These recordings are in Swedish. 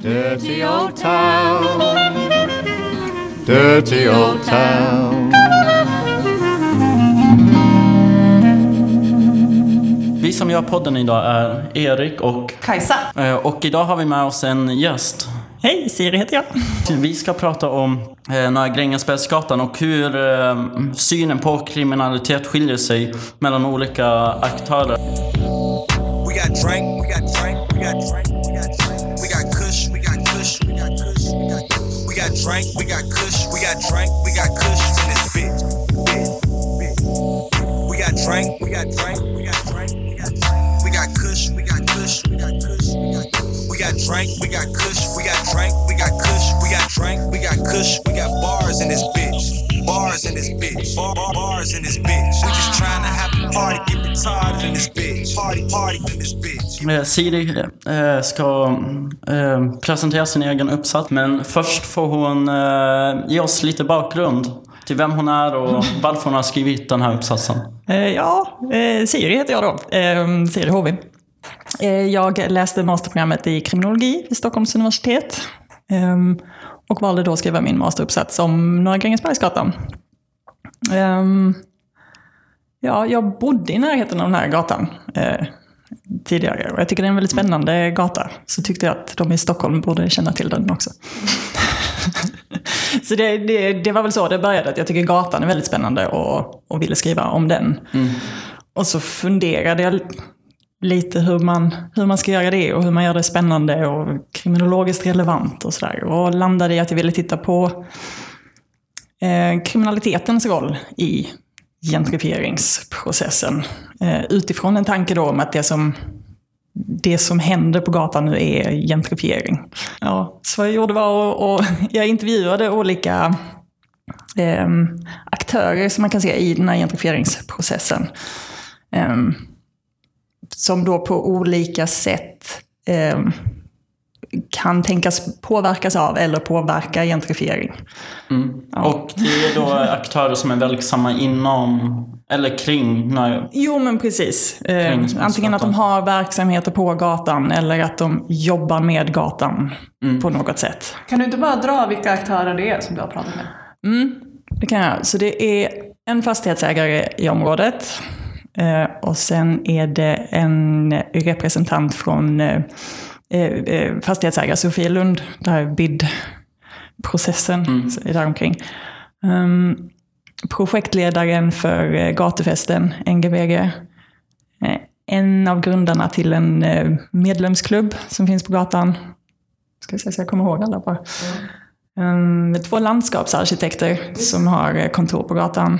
Dirty old town, dirty old town. Vi som gör podden idag är Erik och Kajsa. Och idag har vi med oss en gäst. Hej, Siri heter jag. Vi ska prata om Norra Grängesbergsgatan och hur synen på kriminalitet skiljer sig mellan olika aktörer. We got drink, we got drink, we got drink, we got drink. We got kush, we got kush, we got kush, we got kush. We got drink, we got kush, we got drink, we got kush in this bitch. We got drink, we got drink, we got drink, we got drink. We got kush, we got kush, we got kush, we got kush. We got drink, we got kush, we got drink, we got kush, we got drink, we got kush, we got bars in this bitch. Bars in this bitch. Bars in this bitch. We just trying to have a party, get retarded in this bitch. Party in this bitch. Siri ska presentera sin egen uppsats, men först får hon ge oss lite bakgrund till vem hon är och varför hon har skrivit den här uppsatsen. Siri heter jag då. Siri Håvi. Jag läste masterprogrammet i kriminologi vid Stockholms universitet och valde då att skriva min masteruppsats om Norra Grängesbergsgatan. Jag bodde i närheten av den här gatan tidigare och jag tycker det är en väldigt spännande gata, så tyckte jag att de i Stockholm borde känna till den också. Så det var väl så det började, att jag tycker gatan är väldigt spännande och ville skriva om den. Och så funderade jag lite hur man ska göra det och hur man gör det spännande och kriminologiskt relevant och sådär. Och landade i att jag ville titta på kriminalitetens roll i gentrifieringsprocessen. Utifrån en tanke då om att det som händer på gatan nu är gentrifiering. Ja, så vad jag gjorde var och jag intervjuade olika aktörer som man kan se i den här gentrifieringsprocessen. Som då på olika sätt kan tänkas påverkas av eller påverka gentrifiering. Ja. Och det är då aktörer som är verksamma inom eller kring? Jo, men precis. Antingen att de har verksamheter på gatan eller att de jobbar med gatan på något sätt. Kan du inte bara dra vilka aktörer det är som du har pratat med? Det kan jag. Så det är en fastighetsägare i området. Och sen är det en representant från fastighetsägare Sofia Lund, där BID-processen är där omkring. Projektledaren för gatufesten, NGVG. En av grundarna till en medlemsklubb som finns på gatan. Ska vi se så jag kommer ihåg alla bara. 2 landskapsarkitekter som har kontor på gatan.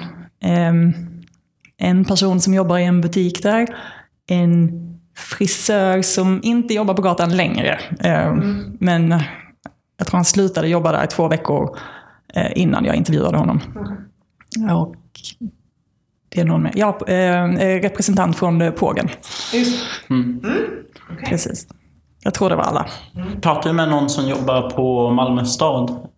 En person som jobbar i en butik där. En frisör som inte jobbar på gatan längre. Men jag tror han slutade jobba där i 2 veckor innan jag intervjuade honom. Och det är någon med. Ja, representant från Pågen. Okay. Precis. Jag tror det var alla. Pratar du med någon som jobbar på Malmö stad?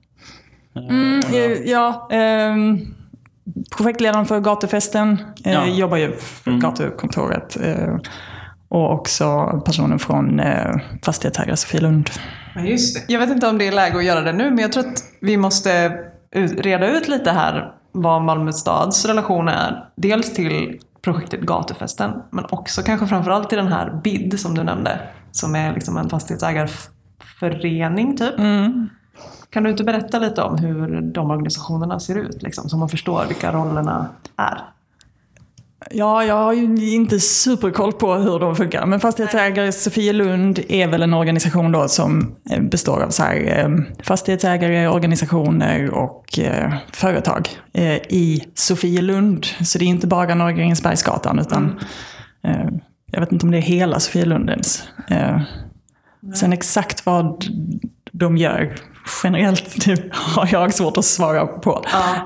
Projektledaren för gatufesten jobbar ju för gatukontoret. Och också personen från fastighetsägare Sofia Lund. Ja, just det. Jag vet inte om det är läge att göra det nu, men jag tror att vi måste reda ut lite här vad Malmö stads relation är. Dels till projektet Gatufesten, men också kanske framförallt till den här BID som du nämnde, som är liksom en fastighetsägarförening typ. Kan du inte berätta lite om hur de organisationerna ser ut, liksom, så man förstår vilka rollerna är? Ja, jag har ju inte superkoll på hur de funkar. Men fastighetsägare Sofia Lund är väl en organisation då som består av så här, fastighetsägare, organisationer och företag i Sofia Lund. Så det är inte bara Norra Grängesbergsgatan utan jag vet inte om det är hela Sofia Lund ens. Sen exakt vad de gör generellt har jag svårt att svara på.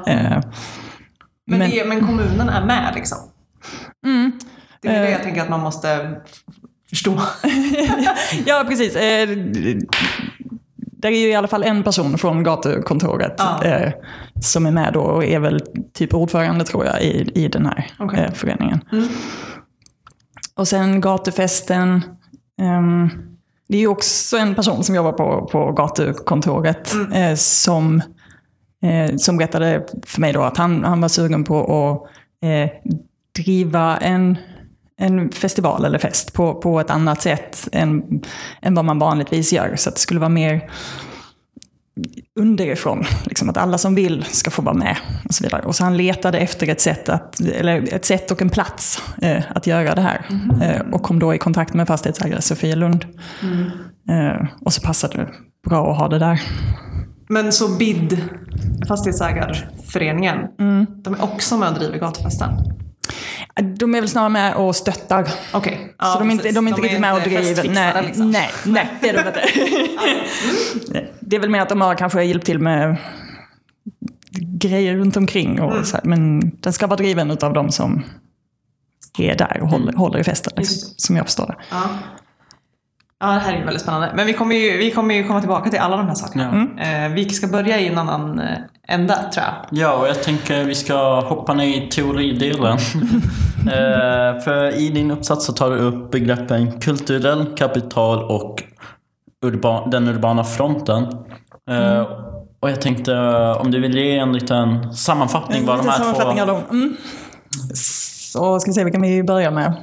Men kommunen är med liksom? Det är det jag tänker att man måste förstå. Ja, precis. Det är ju i alla fall en person från gatukontoret som är med då och är väl typ ordförande tror jag i den här föreningen. Och sen gatufesten det är ju också en person som jobbar på gatukontoret som berättade för mig då att han var sugen på att driva en festival eller fest på ett annat sätt än vad man vanligtvis gör. Så att det skulle vara mer underifrån, liksom att alla som vill ska få vara med och så vidare. Och så han letade efter ett sätt och en plats att göra det här. Och kom då i kontakt med fastighetsägare Sofia Lund. Och så passade det bra att ha det där. Men så BID, fastighetsägarföreningen, de är också med och driver gatufesten? De är väl snarare med och stöttar. Okay. Så de är inte riktigt med och driver. Nej, det är de inte. Det är väl mer att de har kanske hjälpt till med grejer runt omkring. Och så här. Men den ska vara driven av de som är där och håller i festen. Liksom, som jag förstår det. Ja, det här är väldigt spännande. Men vi kommer ju komma tillbaka till alla de här sakerna. Vi ska börja i en annan ända, tror jag. Ja, och jag tänker vi ska hoppa ner i teoridelen. För i din uppsats så tar du upp begreppen kulturell kapital och den urbana fronten. Och jag tänkte om du vill ge en liten sammanfattning vad de här två... Så ska vi se, vilka vi börjar med.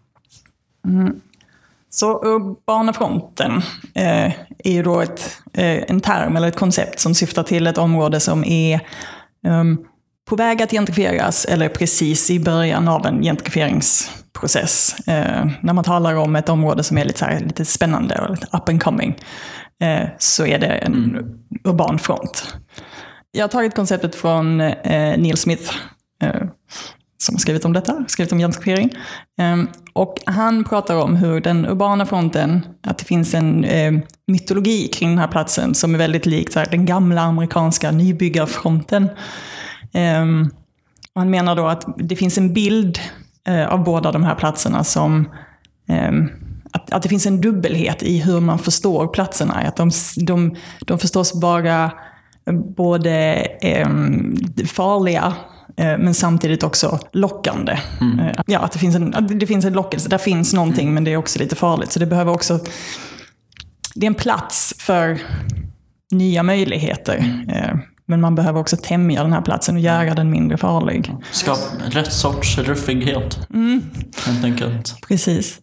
Så urbana fronten är ju då en term eller ett koncept som syftar till ett område som är på väg att gentrifieras eller precis i början av en gentrifieringsprocess. När man talar om ett område som är lite spännande och lite up and coming så är det en urban front. Jag har tagit konceptet från Neil Smith som har skrivit om detta, skrivit om gentrifiering. Och han pratar om hur den urbana fronten, att det finns en mytologi kring den här platsen som är väldigt likt den gamla amerikanska nybyggarfronten. Och han menar då att det finns en bild av båda de här platserna som att det finns en dubbelhet i hur man förstår platserna. Att de förstås vara både farliga men samtidigt också lockande. Ja, att det finns en lockelse. Där finns någonting, men det är också lite farligt. Så det behöver också... Det är en plats för nya möjligheter. Men man behöver också tämja den här platsen och göra den mindre farlig. Skapa rätt sorts ruffighet. Helt enkelt. Precis.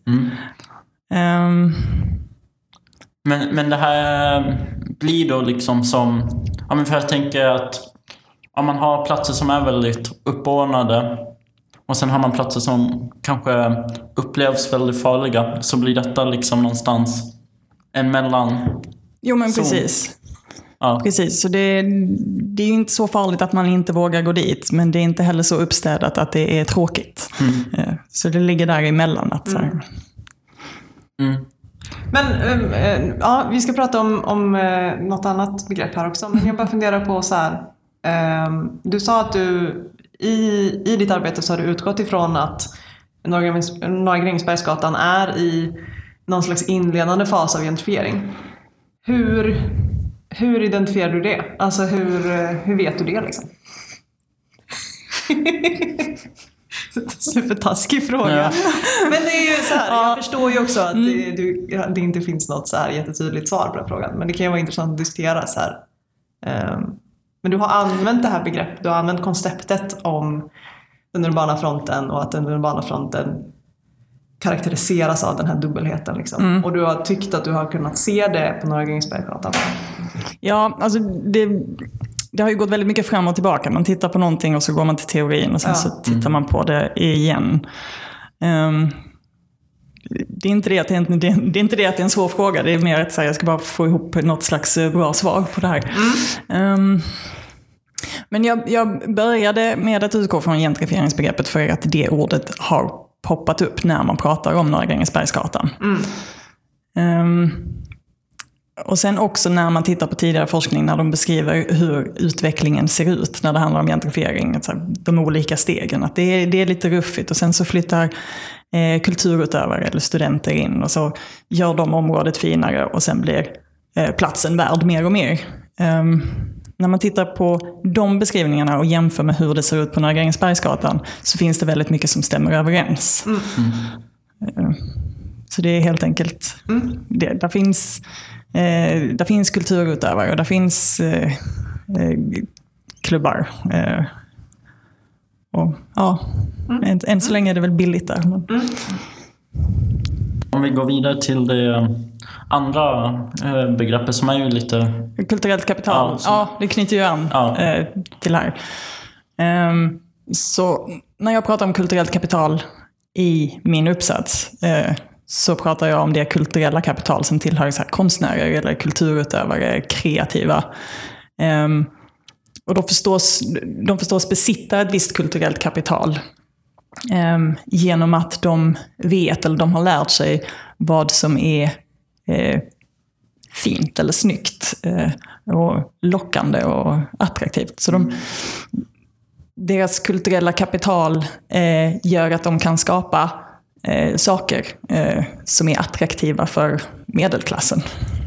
Men det här blir då liksom som... Ja, men för jag tänker att om man har platser som är väldigt uppordnade och sen har man platser som kanske upplevs väldigt farliga, så blir detta liksom någonstans en mellan... Jo, men precis. Ja. Precis, så det är ju inte så farligt att man inte vågar gå dit, men det är inte heller så uppstädat att det är tråkigt. Så det ligger där emellan. Att, Men ja, vi ska prata om något annat begrepp här också. Men jag bara funderar på så här. Du sa att du i ditt arbete så har du utgått ifrån att Norra Grängesbergsgatan är i någon slags inledande fas av gentrifiering. Hur identifierar du det? Alltså hur vet du det liksom? Supertaskig fråga. Ja. Men det är ju så här, jag förstår ju också att det inte finns något så här jättetydligt svar på den frågan. Men det kan ju vara intressant att diskutera så här. Men du har använt det här begreppet, du har använt konceptet om den urbana fronten och att den urbana fronten karaktäriseras av den här dubbelheten liksom. Och du har tyckt att du har kunnat se det på Norra Grängesbergsgatan. Ja, alltså det har ju gått väldigt mycket fram och tillbaka. Man tittar på någonting och så går man till teorin och sen så tittar man på det igen. Det är inte det att det är en svår fråga. Det är mer att jag ska bara få ihop något slags bra svar på det här. Men jag började med att utgå från gentrifieringsbegreppet för att det ordet har poppat upp när man pratar om Norra Grängesbergsgatan. Och sen också när man tittar på tidigare forskning när de beskriver hur utvecklingen ser ut när det handlar om gentrifiering, alltså de olika stegen, att det är lite ruffigt och sen så flyttar kulturutövare eller studenter in och så gör de området finare och sen blir platsen värd mer och mer. När man tittar på de beskrivningarna och jämför med hur det ser ut på Norra Grängesbergsgatan så finns det väldigt mycket som stämmer överens. Så det är helt enkelt det. Där finns kulturutövare och där finns klubbar. Och ja, än så länge är det väl billigt där. Om vi går vidare till det andra begreppet som är ju lite... Kulturellt kapital. Ja, det knyter ju an till här. Så när jag pratar om kulturellt kapital i min uppsats så pratar jag om det kulturella kapital som tillhör så här konstnärer eller kulturutövare, kreativa. Och de förstås besitta ett visst kulturellt kapital genom att de vet eller de har lärt sig vad som är fint eller snyggt och lockande och attraktivt. Så deras kulturella kapital gör att de kan skapa saker som är attraktiva för medelklassen.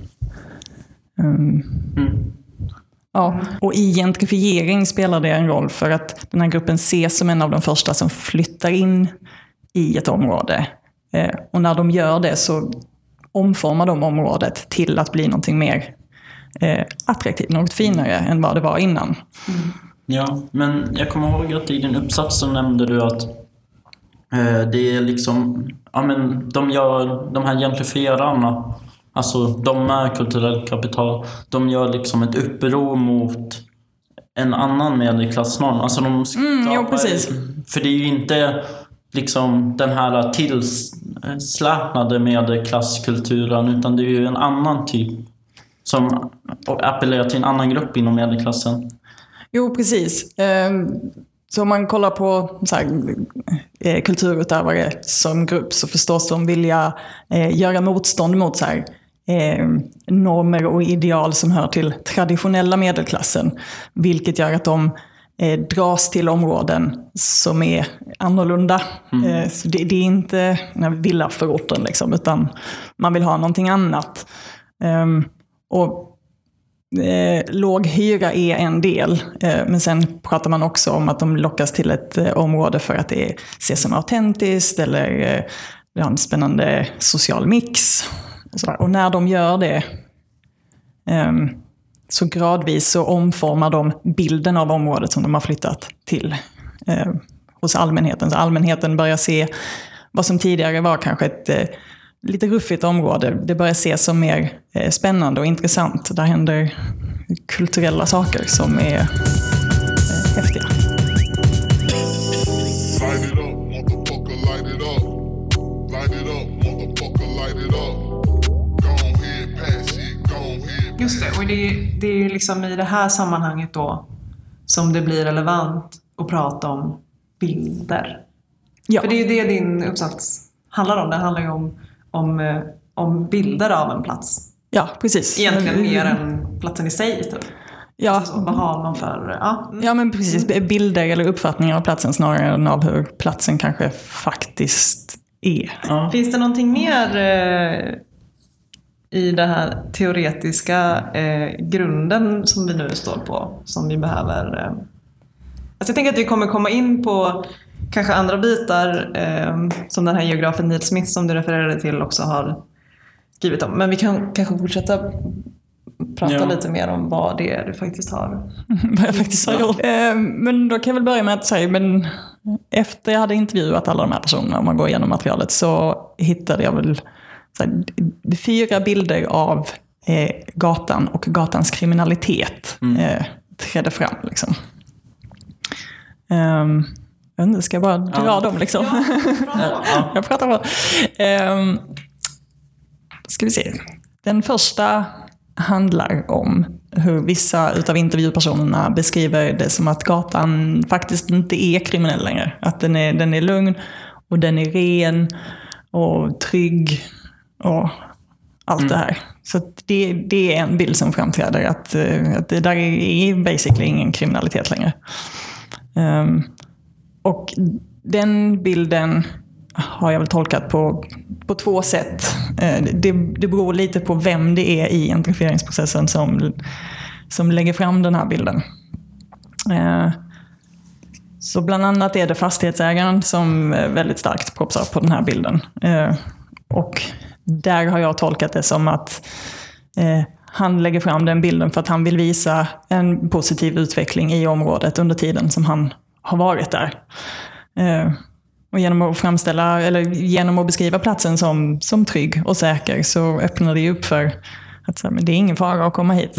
Ja, och i gentrifiering spelar det en roll för att den här gruppen ses som en av de första som flyttar in i ett område. Och när de gör det så omformar de området till att bli någonting mer attraktivt, något finare än vad det var innan. Ja, men jag kommer ihåg att i din uppsats så nämnde du att det är liksom, ja men de här gentrifierarna, alltså de är kulturellt kapital, de gör liksom ett uppror mot en annan medelklassnorm. Alltså de skapar, precis. För det är ju inte liksom den här tillsläpnade medelklasskulturen, utan det är ju en annan typ som appellerar till en annan grupp inom medelklassen. Jo, precis. Så om man kollar på så här, kulturutövare som grupp så förstås de vilja göra motstånd mot så här, normer och ideal som hör till traditionella medelklassen. Vilket gör att de dras till områden som är annorlunda. Så det är inte villaförorten liksom, utan man vill ha någonting annat. Och låg hyra är en del, men sen pratar man också om att de lockas till ett område för att det ses som autentiskt eller det har en spännande social mix. Och när de gör det så gradvis så omformar de bilden av området som de har flyttat till hos allmänheten. Så allmänheten börjar se vad som tidigare var kanske ett lite ruffigt område. Det börjar ses som mer spännande och intressant. Där händer kulturella saker som är häftiga. Light it up, motherfucker, light it up. Light it up, motherfucker, light it up. Go ahead, pass it, go ahead. Just det, och det är ju liksom i det här sammanhanget då som det blir relevant att prata om bilder. Ja. För det är ju det din uppsats handlar om. Det handlar ju om bilder av en plats. Ja, precis. Egentligen mer än platsen i sig. Typ. Ja. Alltså, vad har man för... Ja, men precis. Bilder eller uppfattningar av platsen snarare än av hur platsen kanske faktiskt är. Ja. Finns det någonting mer i den här teoretiska grunden som vi nu står på som vi behöver... Alltså jag tänker att vi kommer komma in på kanske andra bitar som den här geografen Neil Smith som du refererade till också har skrivit om. Men vi kan kanske fortsätta prata lite mer om vad det är du faktiskt har. Vad jag faktiskt har gjort. Men då kan jag väl börja med att säga, men efter jag hade intervjuat alla de här personerna, om man går igenom materialet, så hittade jag väl så här, 4 bilder av gatan och gatans kriminalitet trädde fram liksom. Ska jag bara dra dem liksom? Ja. Jag pratar bara. Ska vi se. Den första handlar om hur vissa utav intervjupersonerna beskriver det som att gatan faktiskt inte är kriminell längre. Att den är lugn och den är ren och trygg och allt det här. Så det är en bild som framträder att det där är basically ingen kriminalitet längre. Och den bilden har jag väl tolkat på 2 sätt. Det beror lite på vem det är i gentrifieringsprocessen som lägger fram den här bilden. Så bland annat är det fastighetsägaren som väldigt starkt propsar på den här bilden. Och där har jag tolkat det som att han lägger fram den bilden för att han vill visa en positiv utveckling i området under tiden som han har varit där. Och genom att framställa, eller genom att beskriva platsen som trygg och säker, så öppnar det upp för att men det är ingen fara att komma hit.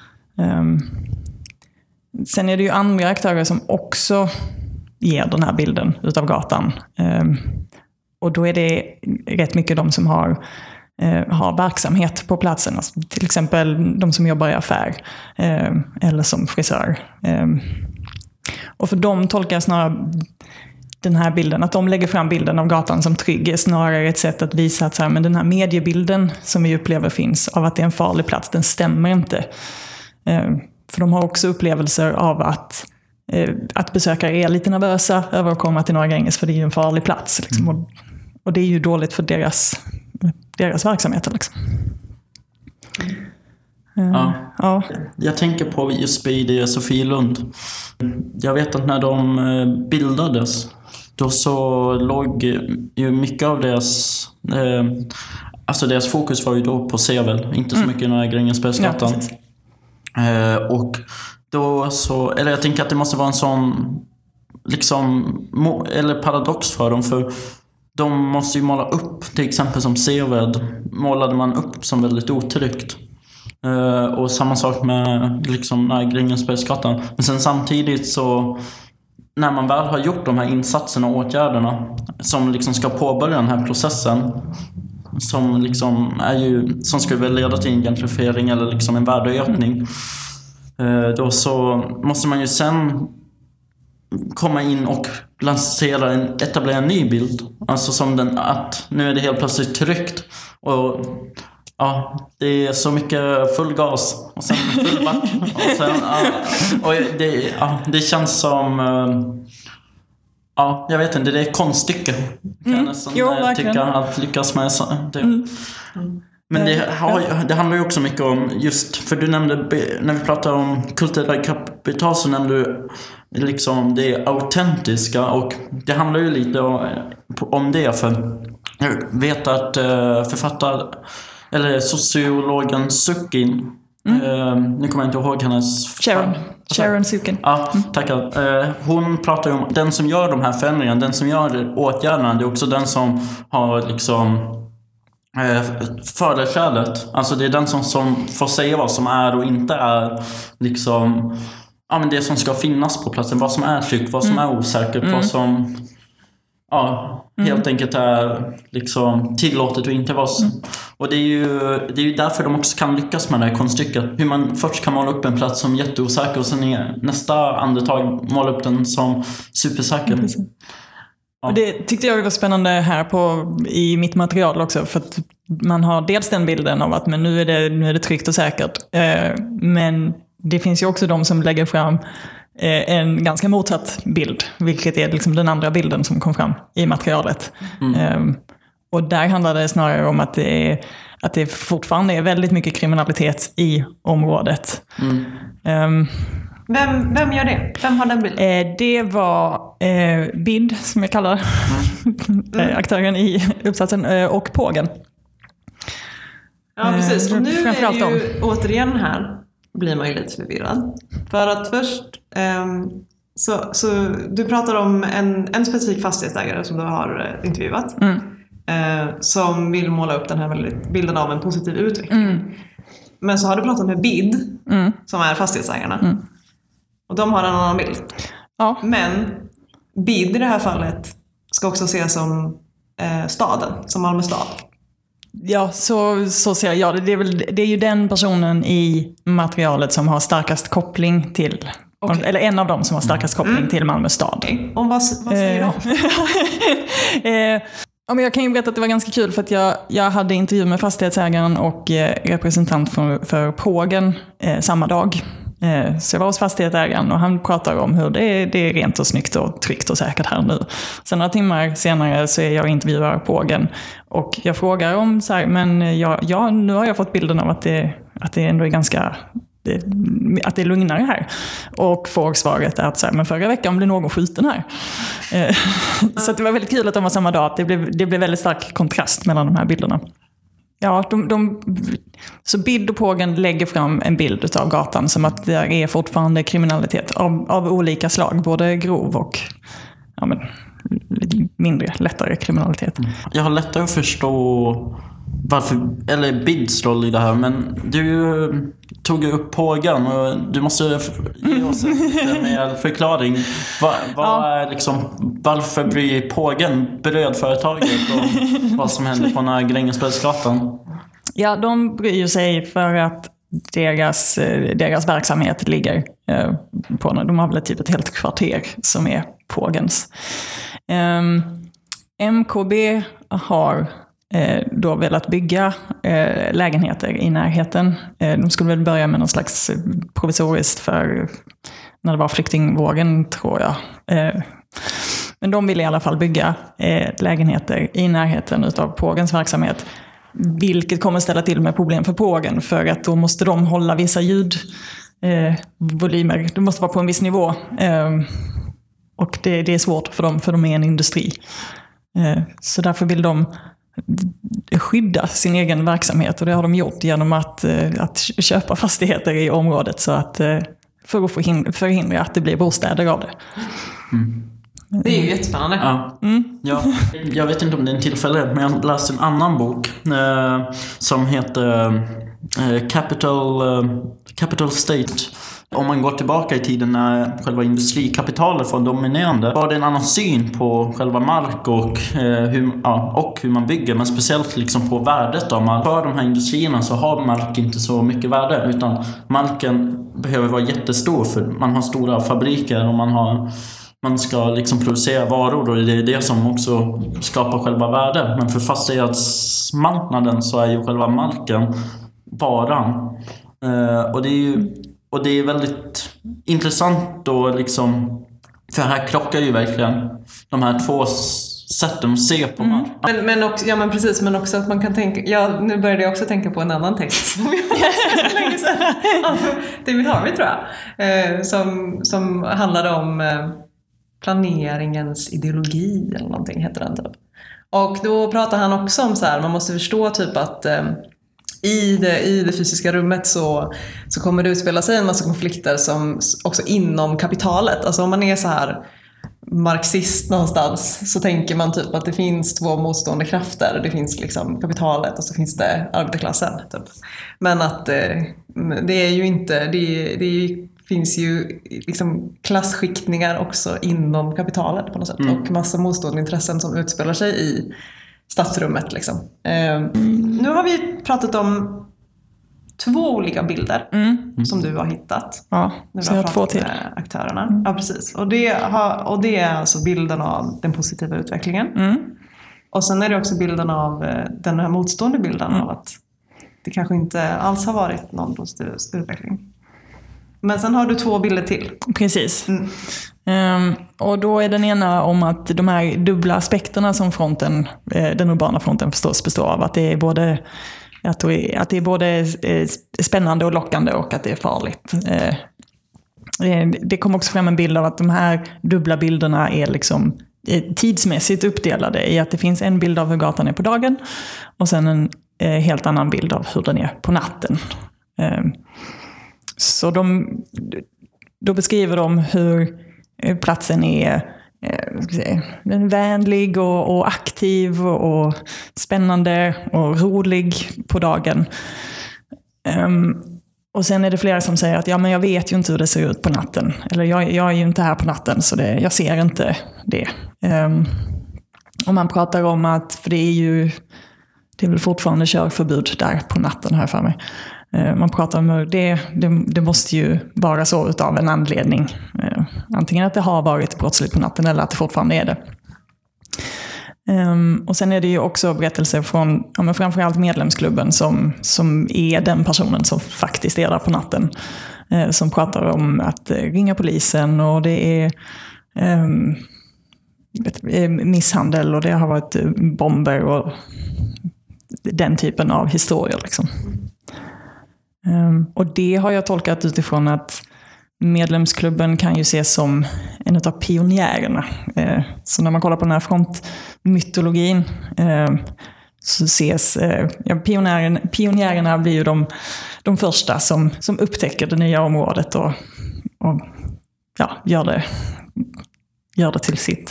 Sen är det ju andra aktörer som också ger den här bilden utav gatan. Och då är det rätt mycket de som har verksamhet på platsen. Alltså till exempel de som jobbar i affär eller som frisör. Och för dem tolkar jag snarare den här bilden, att de lägger fram bilden av gatan som trygg, är snarare ett sätt att visa att men den här mediebilden som vi upplever finns av att det är en farlig plats, den stämmer inte. För de har också upplevelser av att besökare är lite nervösa över att komma till Norra Gränges, för det är ju en farlig plats. Liksom. Och det är ju dåligt för deras verksamheter. Liksom. Ja. Jag tänker på just BID Sofielund. Jag vet att när de bildades, då så låg ju mycket av deras deras fokus var ju då på Sevel, inte så mycket Norra Grängesbergsgatan. Och då så, eller jag tänker att det måste vara en sån eller paradox för dem, för de måste ju måla upp, till exempel som Seved målade man upp som väldigt otryggt. Och samma sak med Grängesbergsgatan. Men sen samtidigt så, när man väl har gjort de här insatserna och åtgärderna som ska påbörja den här processen, som som skulle väl leda till en gentrifiering eller en värdeökning, då så måste man ju sen komma in och etablera en ny bild, alltså som att nu är det helt plötsligt tryggt och det är så mycket full gas och sen full back och sen det känns som jag vet inte, det är ett konststycke jag tycker att lyckas med det. Men det handlar ju också mycket om, just för du nämnde, när vi pratar om kulturell kapital, så nämnde du det autentiska, och det handlar ju lite om det, för jag vet att sociologen Sukin, nu kommer jag inte ihåg hennes... Sharon Sukin. Ja, tackar. Hon pratar ju om den som gör de här förändringarna, den som gör åtgärderna, det är också den som har företrädet. Alltså det är den som får säga vad som är och inte är men det som ska finnas på platsen, vad som är tryggt, vad som är osäkert, vad som helt enkelt är tillåtet och inte vara. Och det är ju därför de också kan lyckas med det här konststycket. Hur man först kan måla upp en plats som jätteosäker och sen i nästa andetag måla upp den som supersäker. Och det tyckte jag var spännande här i mitt material också, för att man har dels den bilden av att men nu är det tryggt och säkert, men det finns ju också de som lägger fram en ganska motsatt bild, vilket är den andra bilden som kom fram i materialet. Och där handlar det snarare om att det fortfarande är väldigt mycket kriminalitet i området. Vem gör det? Vem har den bilden? Det var BID, som jag kallar aktören i uppsatsen, och Pågen. Ja, precis. Och nu är det ju återigen här blir man ju lite förvirrad. För att först så du pratar om en specifik fastighetsägare som du har intervjuat, som vill måla upp den här bilden av en positiv utveckling. Men så har du pratat med BID, som är fastighetsägarna. Och de har en annan bild. Ja. Men BID i det här fallet ska också ses som staden, som Malmö stad. Ja, så ser jag det. Det är ju den personen i materialet som har starkast koppling till, eller en av dem som har starkast koppling till Malmö stad. Okay. Och vad säger de? Men jag kan ju berätta att det var ganska kul, för att jag hade intervju med fastighetsägaren och representant för Pågen samma dag. Så jag var hos fastighetsägaren och han pratar om hur det är rent och snyggt och tryggt och säkert här nu. Sen några timmar senare så är jag intervjuar Pågen och jag frågar om men nu har jag fått bilden av att det ändå är ganska att det är lugnare här. Och får svaret att så här, men förra veckan blev någon skjuten här. Så att det var väldigt kul att de var samma dag. Att det blev väldigt stark kontrast mellan de här bilderna. Ja, så Bild och Pågen lägger fram en bild av gatan som att det är fortfarande kriminalitet av olika slag. Både grov och mindre, lättare kriminalitet. Jag har lättare att förstå eller Bilds roll i det här, men du tog upp Pågen och du måste ge oss en mer förklaring. Vad är liksom, varför blir Pågen brödföretaget och vad som händer på den här Grängesbergsgatan? Ja, de bryr sig för att deras verksamhet ligger på, de har väl typ ett helt kvarter som är Pågens. MKB har då velat bygga lägenheter i närheten. De skulle väl börja med någon slags provisoriskt för när det var flyktingvågen, tror jag. Men de ville i alla fall bygga lägenheter i närheten av Pågens verksamhet. Vilket kommer ställa till med problem för Pågen, för att då måste de hålla vissa ljudvolymer. Det måste vara på en viss nivå. Och det är svårt för dem, för de är en industri. Så därför vill de skydda sin egen verksamhet, och det har de gjort genom att köpa fastigheter i området så att för att förhindra att det blir bostäder av det. Det är ju jättespännande. Ja. Ja, jag vet inte om det är en tillfälle, men jag läste en annan bok som heter Capital State. Om man går tillbaka i tiden när själva industrikapitalet var dominerande, var det en annan syn på själva mark och hur man bygger, men speciellt liksom på värdet av mark. För de här industrierna så har mark inte så mycket värde, utan marken behöver vara jättestor, för man har stora fabriker och man ska liksom producera varor, och det är det som också skapar själva värdet. Men för fastighetsmarknaden så är ju själva marken varan. Och det är väldigt intressant då liksom, för här krockar ju verkligen de här två sätten att se på mark. Men också att man kan tänka, nu började jag också tänka på en annan text som jag läste så länge sedan. Alltså, David Harvey, tror jag, som handlade om planeringens ideologi eller någonting, heter den typ. Och då pratar han också om så här, man måste förstå typ att i det fysiska rummet så kommer det utspela sig en massa konflikter som också inom kapitalet. Alltså om man är så här marxist någonstans, så tänker man typ att det finns två motstående krafter. Det finns liksom kapitalet och så finns det arbetarklassen typ. Men att det är ju inte, det finns ju liksom klasskiktningar också inom kapitalet på något sätt. Och massa motstående intressen som utspelar sig i stadsrummet liksom. Nu har vi pratat om 2 olika bilder som du har hittat. Ja, så jag har 2 till med aktörerna. Ja, precis. Och det är alltså bilden av den positiva utvecklingen. Och sen är det också bilden av den här motstående bilden av att det kanske inte alls har varit någon positiv utveckling. Men sen har du 2 bilder till. Precis. Och då är den ena om att de här dubbla aspekterna som den urbana fronten förstås består av, att det är både spännande och lockande och att det är farligt. Det kom också fram en bild av att de här dubbla bilderna är liksom tidsmässigt uppdelade i att det finns en bild av hur gatan är på dagen och sen en helt annan bild av hur den är på natten. Så då beskriver de hur platsen är vänlig och aktiv och spännande och rolig på dagen. Och sen är det flera som säger att men jag vet ju inte hur det ser ut på natten. Eller jag är ju inte här på natten, så jag ser inte det. Och man pratar om att, för det är väl fortfarande körförbud där på natten här för mig. Man pratar om det måste ju vara så utav en anledning. Antingen att det har varit brottsligt på natten eller att det fortfarande är det. Och sen är det ju också berättelser från framförallt medlemsklubben som är den personen som faktiskt är där på natten. Som pratar om att ringa polisen, och det är misshandel och det har varit bomber och den typen av historier liksom. Och det har jag tolkat utifrån att medlemsklubben kan ju ses som en av pionjärerna. Så när man kollar på den här frontmytologin så ses pionjärerna blir ju de första som upptäcker det nya området och gör det till sitt.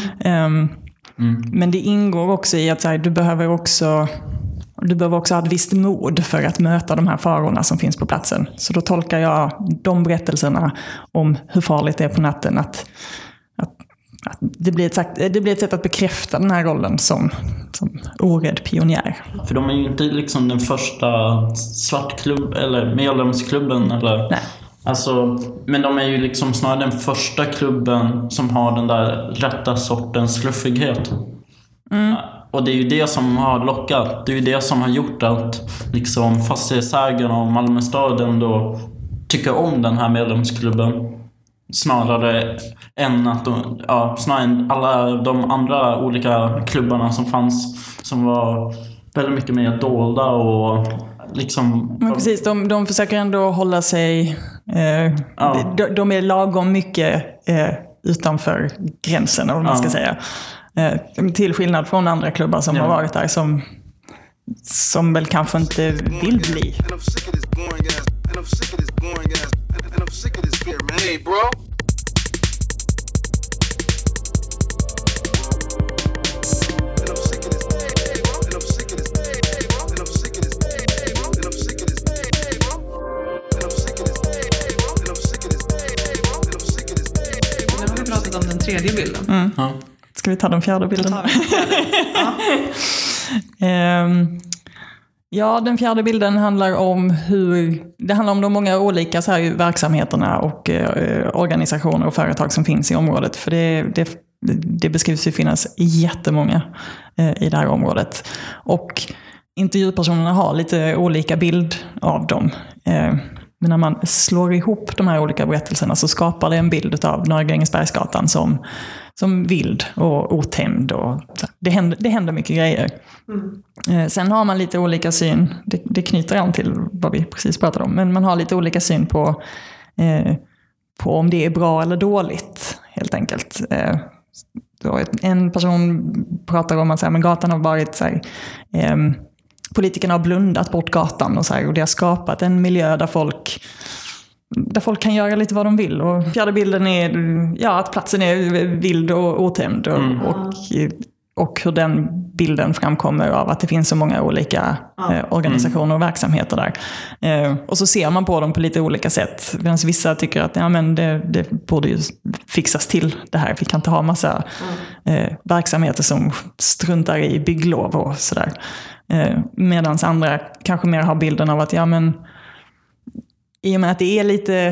Men det ingår också i att du behöver också ha ett visst mod för att möta de här farorna som finns på platsen. Så då tolkar jag de berättelserna om hur farligt det är på natten att det blir ett sätt att bekräfta den här rollen som orädd pionjär. För de är ju inte liksom den första svartklubb eller medlemsklubben eller... Nej. Alltså, men de är ju liksom snarare den första klubben som har den där rätta sortens fluffighet. Och det är ju det som har lockat. Det är ju det som har gjort att liksom fastighetsägarna och Malmö stad ändå tycker om den här medlemsklubben. Snarare än alla de andra olika klubbarna som fanns som var väldigt mycket mer dolda och liksom... Men precis, de försöker ändå hålla sig... De är lagom mycket utanför gränsen, om man ska säga. Till skillnad från andra klubbar som har varit där som väl kanske inte vill bli. Nu har vi pratat om den tredje bilden. Ska vi ta den fjärde bilden? Den fjärde bilden handlar om de många olika så här verksamheterna och organisationer och företag som finns i området. För det beskrivs ju finnas jättemånga i det här området. Och intervjupersonerna har lite olika bild av dem. Men när man slår ihop de här olika berättelserna så skapar det en bild av Norra Grängesbergsgatan som vild och otämjd. Och det händer mycket grejer. Sen har man lite olika syn, det knyter an till vad vi precis pratade om, men man har lite olika syn på om det är bra eller dåligt, helt enkelt. En person pratar om att men gatan har varit så här, politikerna har blundat bort gatan och det har skapat en miljö där folk kan göra lite vad de vill. Och fjärde bilden är att platsen är vild och otämjd och hur den bilden framkommer av att det finns så många olika organisationer och verksamheter där. Och så ser man på dem på lite olika sätt. Medan vissa tycker att det borde ju fixas till det här. Vi kan inte ha massa verksamheter som struntar i bygglov och sådär. Medan andra kanske mer har bilden av att i och med att det är lite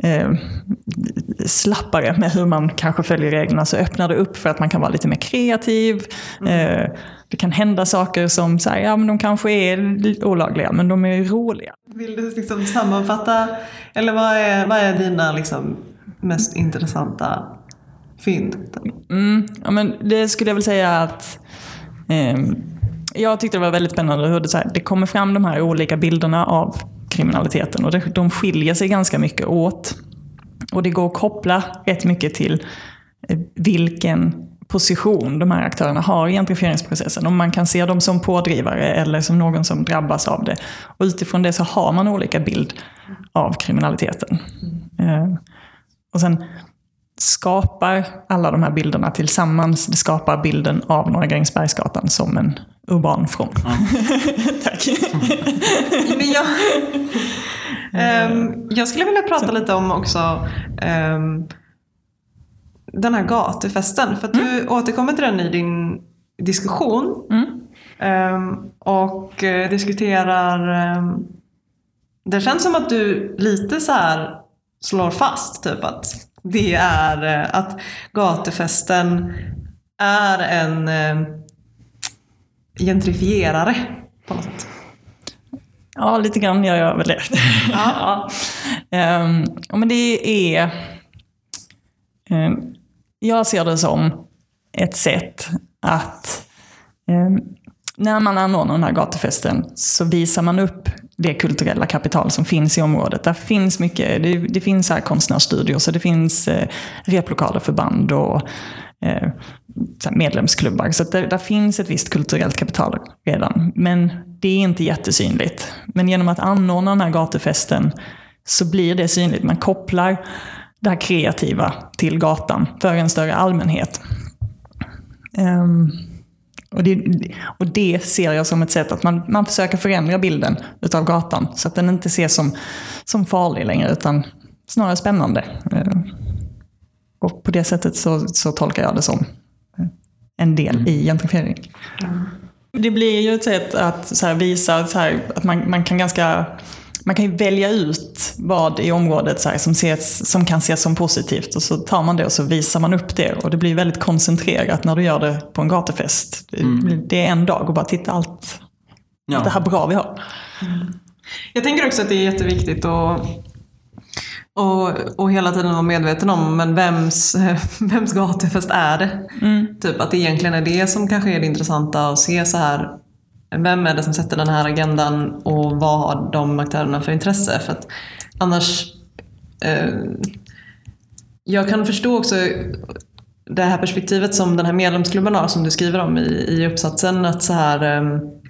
slappare med hur man kanske följer reglerna så öppnar det upp för att man kan vara lite mer kreativ. Det kan hända saker som men de kanske är olagliga men de är roliga. Vill du liksom sammanfatta eller vad är dina liksom mest intressanta fynd? Men det skulle jag väl säga att jag tyckte det var väldigt spännande hur det kommer fram de här olika bilderna av kriminaliteten och de skiljer sig ganska mycket åt. Och det går att koppla rätt mycket till vilken position de här aktörerna har i gentrifieringsprocessen. Om man kan se dem som pådrivare eller som någon som drabbas av det. Och utifrån det så har man olika bild av kriminaliteten. Och sen skapar alla de här bilderna tillsammans. Det skapar bilden av Norra Grängesbergsgatan som en urban front. Tack. Men jag skulle vilja prata lite om också den här gatufesten. För att du återkommer till den i din diskussion. Och diskuterar... det känns som att du lite så här slår fast typ att det är att gatufesten är en gentrifierare på något sätt. Ja, lite grann gör jag väl det. Men det är... jag ser det som ett sätt att när man anordnar den här gatufesten så visar man upp det kulturella kapital som finns i området. Där finns mycket, det finns här konstnärsstudior, så det finns replokaler för band och medlemsklubbar. Så där finns ett visst kulturellt kapital redan. Men det är inte jättesynligt. Men genom att anordna den här gatufesten så blir det synligt. Man kopplar det här kreativa till gatan för en större allmänhet. Och det ser jag som ett sätt att man försöker förändra bilden utav gatan så att den inte ses som farlig längre utan snarare spännande. Och på det sättet så tolkar jag det som en del i gentrifiering. Det blir ju ett sätt att så här visa så här, att man kan ju välja ut vad i området så här, som kan ses som positivt, och så tar man det och så visar man upp det, och det blir väldigt koncentrerat när du gör det på en gatufest. Det är en dag och bara titta allt det här bra vi har. Jag tänker också att det är jätteviktigt och hela tiden vara medveten om, men vems gatufest är det? Typ att det egentligen är det som kanske är det intressanta, att se så här, vem är det som sätter den här agendan och vad har de aktörerna för intresse? För att annars jag kan förstå också det här perspektivet som den här medlemsklubben har, som du skriver om i uppsatsen, att så här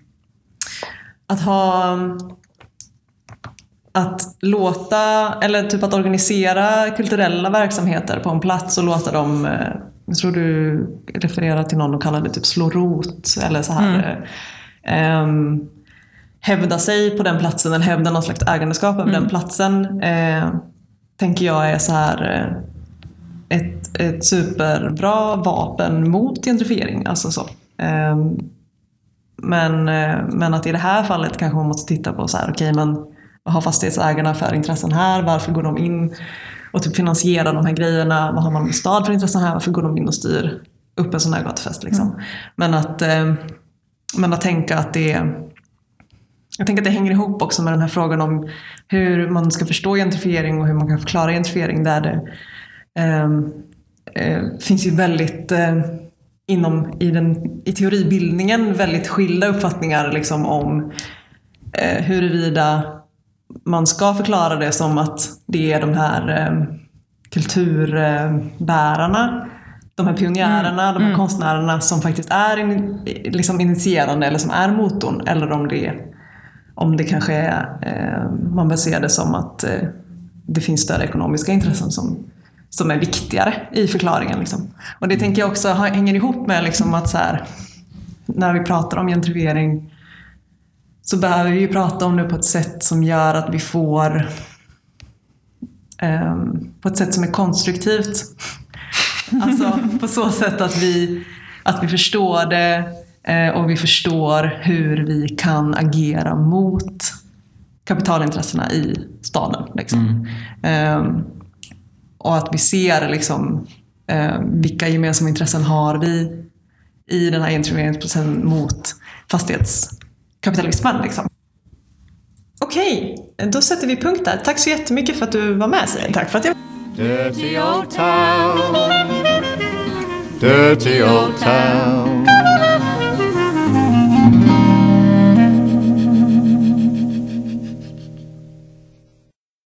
att låta, eller typ att organisera kulturella verksamheter på en plats och låta dem, jag tror du refererar till någon och kallar det typ slå rot eller så här, hävda sig på den platsen eller hävda någon slags ägandeskap över den platsen, tänker jag är så här ett superbra vapen mot gentrifiering, alltså så. Men att i det här fallet kanske man måste titta på så här, okej, men vad har fastighetsägarna för intressen här? Varför går de in och typ finansierar de här grejerna? Vad har man med stad för intressen här? Varför går de in och styr upp en sån här gatufest liksom? Men att tänka att jag tänker att det hänger ihop också med den här frågan om hur man ska förstå gentrifiering och hur man kan förklara gentrifiering, där det finns ju väldigt i teoribildningen väldigt skilda uppfattningar liksom om huruvida man ska förklara det som att det är de här kulturbärarna, de här pionjärerna, de här konstnärerna som faktiskt är liksom initierande eller som är motorn, eller om det kanske är man bör se det som att det finns större ekonomiska intressen som är viktigare i förklaringen liksom. Och det tänker jag också hänger ihop med liksom att så här, när vi pratar om gentrifiering så behöver vi ju prata om det på ett sätt som gör att vi får på ett sätt som är konstruktivt. Alltså på så sätt att vi förstår det och vi förstår hur vi kan agera mot kapitalintressena i staden liksom. Och att vi ser liksom vilka gemensamma intressen har vi i den här gentrifieringsprocessen mot fastighetskapitalismen liksom. Okej, då sätter vi punkt där. Tack så jättemycket för att du var med sig. Tack för att jag... Dirty old town. Dirty old town.